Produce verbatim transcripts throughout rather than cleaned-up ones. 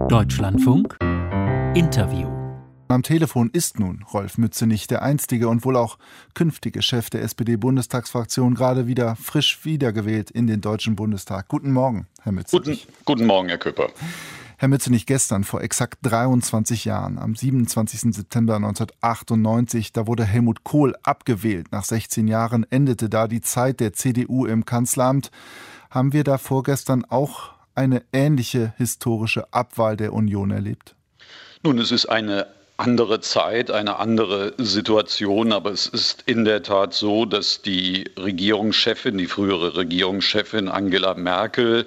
Deutschlandfunk Interview. Am Telefon ist nun Rolf Mützenich, der einstige und wohl auch künftige Chef der S P D-Bundestagsfraktion, gerade wieder frisch wiedergewählt in den Deutschen Bundestag. Guten Morgen, Herr Mützenich. Guten, guten Morgen, Herr Küpper. Herr Mützenich, gestern vor exakt dreiundzwanzig Jahren, am siebenundzwanzigsten September neunzehnhundertachtundneunzig, da wurde Helmut Kohl abgewählt. Nach sechzehn Jahren endete da die Zeit der C D U im Kanzleramt. Haben wir da vorgestern auch eine ähnliche historische Abwahl der Union erlebt? Nun, es ist eine andere Zeit, eine andere Situation, aber es ist in der Tat so, dass die Regierungschefin, die frühere Regierungschefin Angela Merkel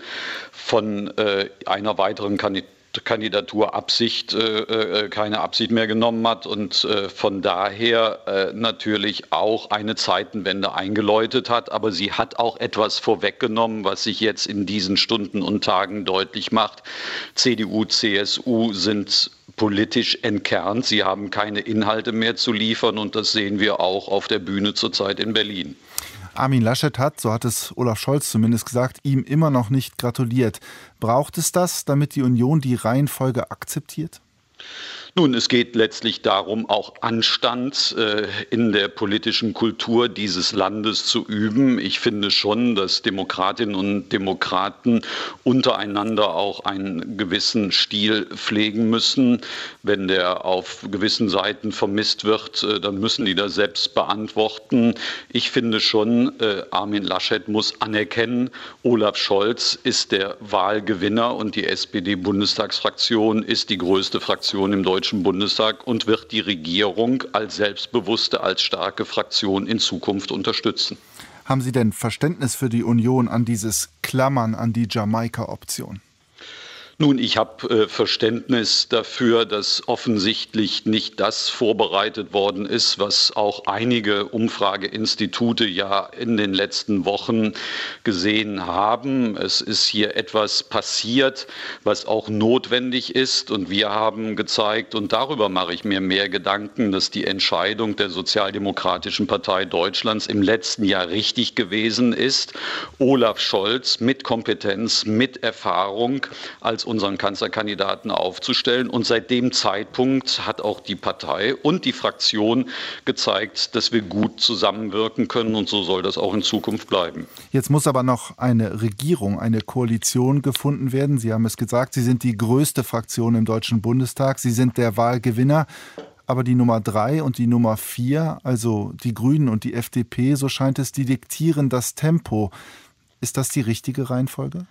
von äh, einer weiteren Kandidatur Kandidaturabsicht äh, keine Absicht mehr genommen hat und äh, von daher äh, natürlich auch eine Zeitenwende eingeläutet hat. Aber sie hat auch etwas vorweggenommen, was sich jetzt in diesen Stunden und Tagen deutlich macht. C D U, C S U sind politisch entkernt. Sie haben keine Inhalte mehr zu liefern und das sehen wir auch auf der Bühne zurzeit in Berlin. Armin Laschet hat, so hat es Olaf Scholz zumindest gesagt, ihm immer noch nicht gratuliert. Braucht es das, damit die Union die Reihenfolge akzeptiert? Nun, es geht letztlich darum, auch Anstand äh, in der politischen Kultur dieses Landes zu üben. Ich finde schon, dass Demokratinnen und Demokraten untereinander auch einen gewissen Stil pflegen müssen. Wenn der auf gewissen Seiten vermisst wird, äh, dann müssen die das selbst beantworten. Ich finde schon, äh, Armin Laschet muss anerkennen, Olaf Scholz ist der Wahlgewinner und die S P D-Bundestagsfraktion ist die größte Fraktion im Deutschen Bundestag und wird die Regierung als selbstbewusste, als starke Fraktion in Zukunft unterstützen. Haben Sie denn Verständnis für die Union an dieses Klammern an die Jamaika-Option? Nun, ich habe äh, Verständnis dafür, dass offensichtlich nicht das vorbereitet worden ist, was auch einige Umfrageinstitute ja in den letzten Wochen gesehen haben. Es ist hier etwas passiert, was auch notwendig ist. Und wir haben gezeigt, und darüber mache ich mir mehr Gedanken, dass die Entscheidung der Sozialdemokratischen Partei Deutschlands im letzten Jahr richtig gewesen ist. Olaf Scholz mit Kompetenz, mit Erfahrung als unseren Kanzlerkandidaten aufzustellen. Und seit dem Zeitpunkt hat auch die Partei und die Fraktion gezeigt, dass wir gut zusammenwirken können. Und so soll das auch in Zukunft bleiben. Jetzt muss aber noch eine Regierung, eine Koalition gefunden werden. Sie haben es gesagt, Sie sind die größte Fraktion im Deutschen Bundestag. Sie sind der Wahlgewinner. Aber die Nummer drei und die Nummer vier, also die Grünen und die F D P, so scheint es, die diktieren das Tempo. Ist das die richtige Reihenfolge?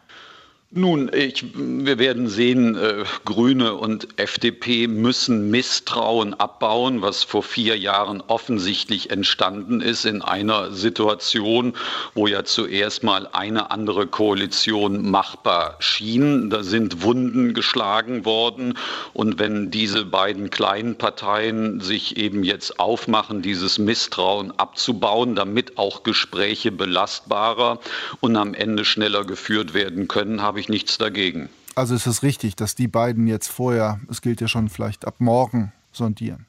Nun, ich, wir werden sehen, äh, Grüne und F D P müssen Misstrauen abbauen, was vor vier Jahren offensichtlich entstanden ist in einer Situation, wo ja zuerst mal eine andere Koalition machbar schien. Da sind Wunden geschlagen worden und wenn diese beiden kleinen Parteien sich eben jetzt aufmachen, dieses Misstrauen abzubauen, damit auch Gespräche belastbarer und am Ende schneller geführt werden können, habe ich nichts dagegen. Also ist es richtig, dass die beiden jetzt vorher, es gilt ja schon vielleicht ab morgen, sondieren?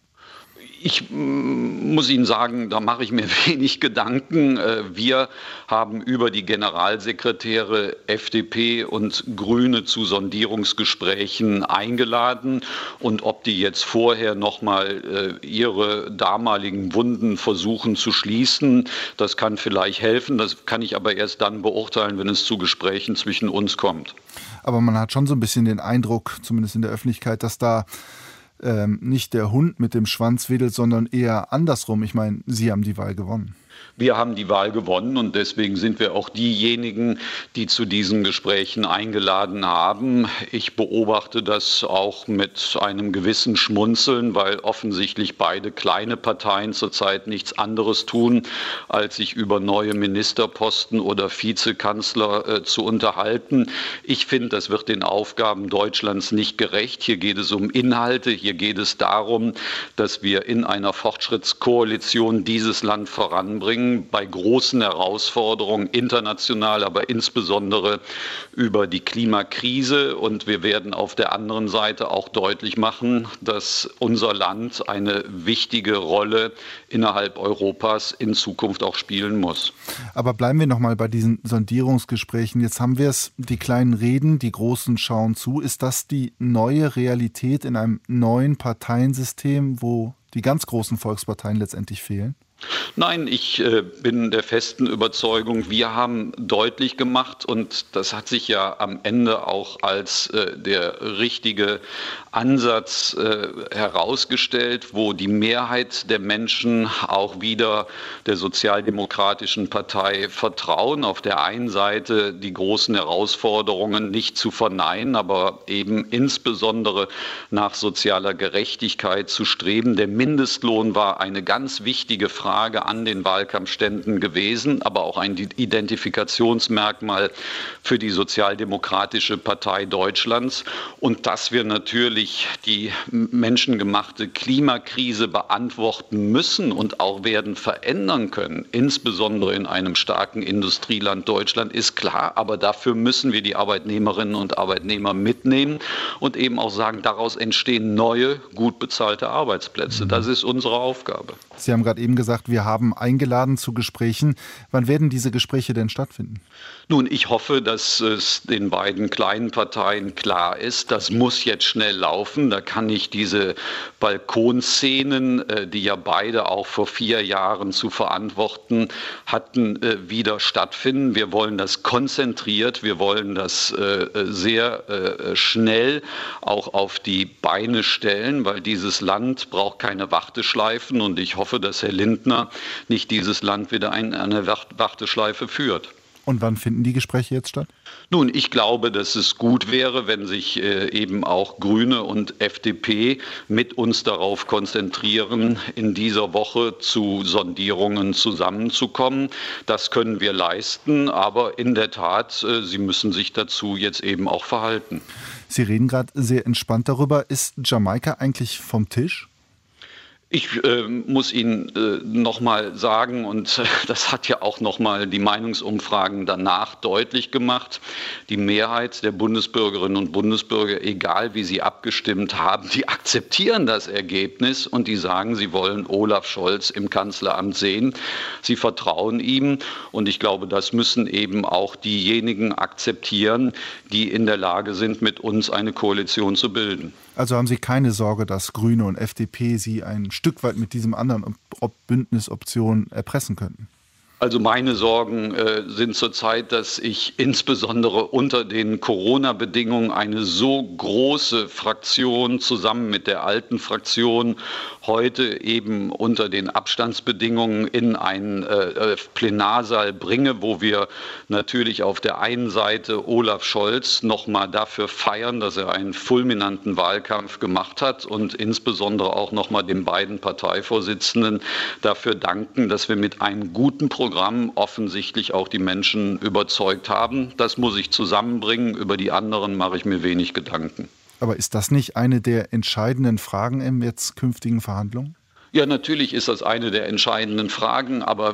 Ich muss Ihnen sagen, da mache ich mir wenig Gedanken. Wir haben über die Generalsekretäre F D P und Grüne zu Sondierungsgesprächen eingeladen. Und ob die jetzt vorher noch mal ihre damaligen Wunden versuchen zu schließen, das kann vielleicht helfen. Das kann ich aber erst dann beurteilen, wenn es zu Gesprächen zwischen uns kommt. Aber man hat schon so ein bisschen den Eindruck, zumindest in der Öffentlichkeit, dass da Ähm, nicht der Hund mit dem Schwanz wedelt, sondern eher andersrum. Ich meine, Sie haben die Wahl gewonnen. Wir haben die Wahl gewonnen und deswegen sind wir auch diejenigen, die zu diesen Gesprächen eingeladen haben. Ich beobachte das auch mit einem gewissen Schmunzeln, weil offensichtlich beide kleine Parteien zurzeit nichts anderes tun, als sich über neue Ministerposten oder Vizekanzler äh, zu unterhalten. Ich finde, das wird den Aufgaben Deutschlands nicht gerecht. Hier geht es um Inhalte, hier geht es darum, dass wir in einer Fortschrittskoalition dieses Land voranbringen. zusammenbringen bei großen Herausforderungen, international, aber insbesondere über die Klimakrise. Und wir werden auf der anderen Seite auch deutlich machen, dass unser Land eine wichtige Rolle innerhalb Europas in Zukunft auch spielen muss. Aber bleiben wir noch mal bei diesen Sondierungsgesprächen. Jetzt haben wir es, die kleinen reden, die großen schauen zu. Ist das die neue Realität in einem neuen Parteiensystem, wo die ganz großen Volksparteien letztendlich fehlen? Nein, ich äh, bin der festen Überzeugung, wir haben deutlich gemacht, und das hat sich ja am Ende auch als äh, der richtige Ansatz äh, herausgestellt, wo die Mehrheit der Menschen auch wieder der Sozialdemokratischen Partei vertrauen. Auf der einen Seite die großen Herausforderungen nicht zu verneinen, aber eben insbesondere nach sozialer Gerechtigkeit zu streben. Der Mindestlohn war eine ganz wichtige Frage an den Wahlkampfständen gewesen, aber auch ein Identifikationsmerkmal für die Sozialdemokratische Partei Deutschlands. Und dass wir natürlich die menschengemachte Klimakrise beantworten müssen und auch werden verändern können, insbesondere in einem starken Industrieland Deutschland, ist klar. Aber dafür müssen wir die Arbeitnehmerinnen und Arbeitnehmer mitnehmen und eben auch sagen, daraus entstehen neue, gut bezahlte Arbeitsplätze. Das ist unsere Aufgabe. Sie haben gerade eben gesagt, wir haben eingeladen zu Gesprächen. Wann werden diese Gespräche denn stattfinden? Nun, ich hoffe, dass es den beiden kleinen Parteien klar ist, das muss jetzt schnell laufen. Da kann nicht diese Balkonszenen, die ja beide auch vor vier Jahren zu verantworten hatten, wieder stattfinden. Wir wollen das konzentriert, wir wollen das sehr schnell auch auf die Beine stellen, weil dieses Land braucht keine Warteschleifen, und ich hoffe, dass Herr Lindner nicht dieses Land wieder in eine Warteschleife führt. Und wann finden die Gespräche jetzt statt? Nun, ich glaube, dass es gut wäre, wenn sich äh, eben auch Grüne und F D P mit uns darauf konzentrieren, in dieser Woche zu Sondierungen zusammenzukommen. Das können wir leisten, aber in der Tat, äh, sie müssen sich dazu jetzt eben auch verhalten. Sie reden gerade sehr entspannt darüber. Ist Jamaika eigentlich vom Tisch? Ich äh, muss Ihnen äh, noch mal sagen, und äh, das hat ja auch noch mal die Meinungsumfragen danach deutlich gemacht, die Mehrheit der Bundesbürgerinnen und Bundesbürger, egal wie sie abgestimmt haben, die akzeptieren das Ergebnis und die sagen, sie wollen Olaf Scholz im Kanzleramt sehen. Sie vertrauen ihm, und ich glaube, das müssen eben auch diejenigen akzeptieren, die in der Lage sind, mit uns eine Koalition zu bilden. Also haben Sie keine Sorge, dass Grüne und F D P Sie ein Stück weit mit diesem anderen Ob- Bündnisoption erpressen könnten? Also meine Sorgen äh, sind zurzeit, dass ich insbesondere unter den Corona-Bedingungen eine so große Fraktion zusammen mit der alten Fraktion heute eben unter den Abstandsbedingungen in einen äh, Plenarsaal bringe, wo wir natürlich auf der einen Seite Olaf Scholz noch mal dafür feiern, dass er einen fulminanten Wahlkampf gemacht hat, und insbesondere auch noch mal den beiden Parteivorsitzenden dafür danken, dass wir mit einem guten Programm Programm offensichtlich auch die Menschen überzeugt haben. Das muss ich zusammenbringen. Über die anderen mache ich mir wenig Gedanken. Aber ist das nicht eine der entscheidenden Fragen in jetzt künftigen Verhandlungen? Ja, natürlich ist das eine der entscheidenden Fragen, aber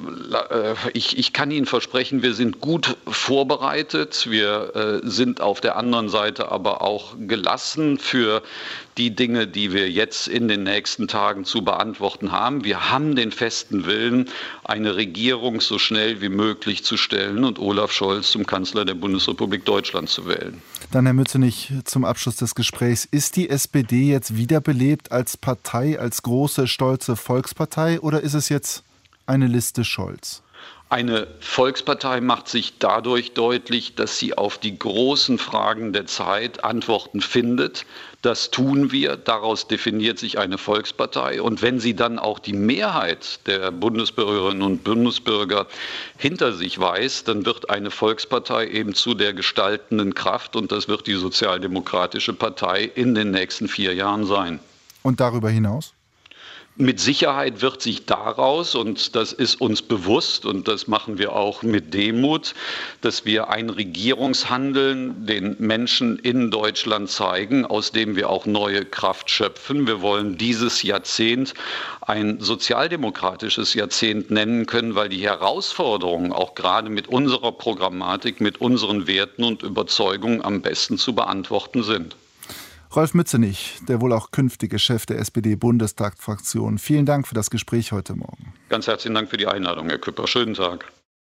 äh, ich, ich kann Ihnen versprechen, wir sind gut vorbereitet. Wir äh, sind auf der anderen Seite aber auch gelassen für die Dinge, die wir jetzt in den nächsten Tagen zu beantworten haben. Wir haben den festen Willen, eine Regierung so schnell wie möglich zu stellen und Olaf Scholz zum Kanzler der Bundesrepublik Deutschland zu wählen. Dann, Herr Mützenich, zum Abschluss des Gesprächs. Ist die S P D jetzt wiederbelebt als Partei, als große, stolze Volkspartei, oder ist es jetzt eine Liste Scholz? Eine Volkspartei macht sich dadurch deutlich, dass sie auf die großen Fragen der Zeit Antworten findet. Das tun wir. Daraus definiert sich eine Volkspartei. Und wenn sie dann auch die Mehrheit der Bundesbürgerinnen und Bundesbürger hinter sich weiß, dann wird eine Volkspartei eben zu der gestaltenden Kraft. Und das wird die Sozialdemokratische Partei in den nächsten vier Jahren sein. Und darüber hinaus? Mit Sicherheit wird sich daraus, und das ist uns bewusst und das machen wir auch mit Demut, dass wir ein Regierungshandeln den Menschen in Deutschland zeigen, aus dem wir auch neue Kraft schöpfen. Wir wollen dieses Jahrzehnt ein sozialdemokratisches Jahrzehnt nennen können, weil die Herausforderungen auch gerade mit unserer Programmatik, mit unseren Werten und Überzeugungen am besten zu beantworten sind. Rolf Mützenich, der wohl auch künftige Chef der S P D-Bundestagsfraktion. Vielen Dank für das Gespräch heute Morgen. Ganz herzlichen Dank für die Einladung, Herr Küpper. Schönen Tag.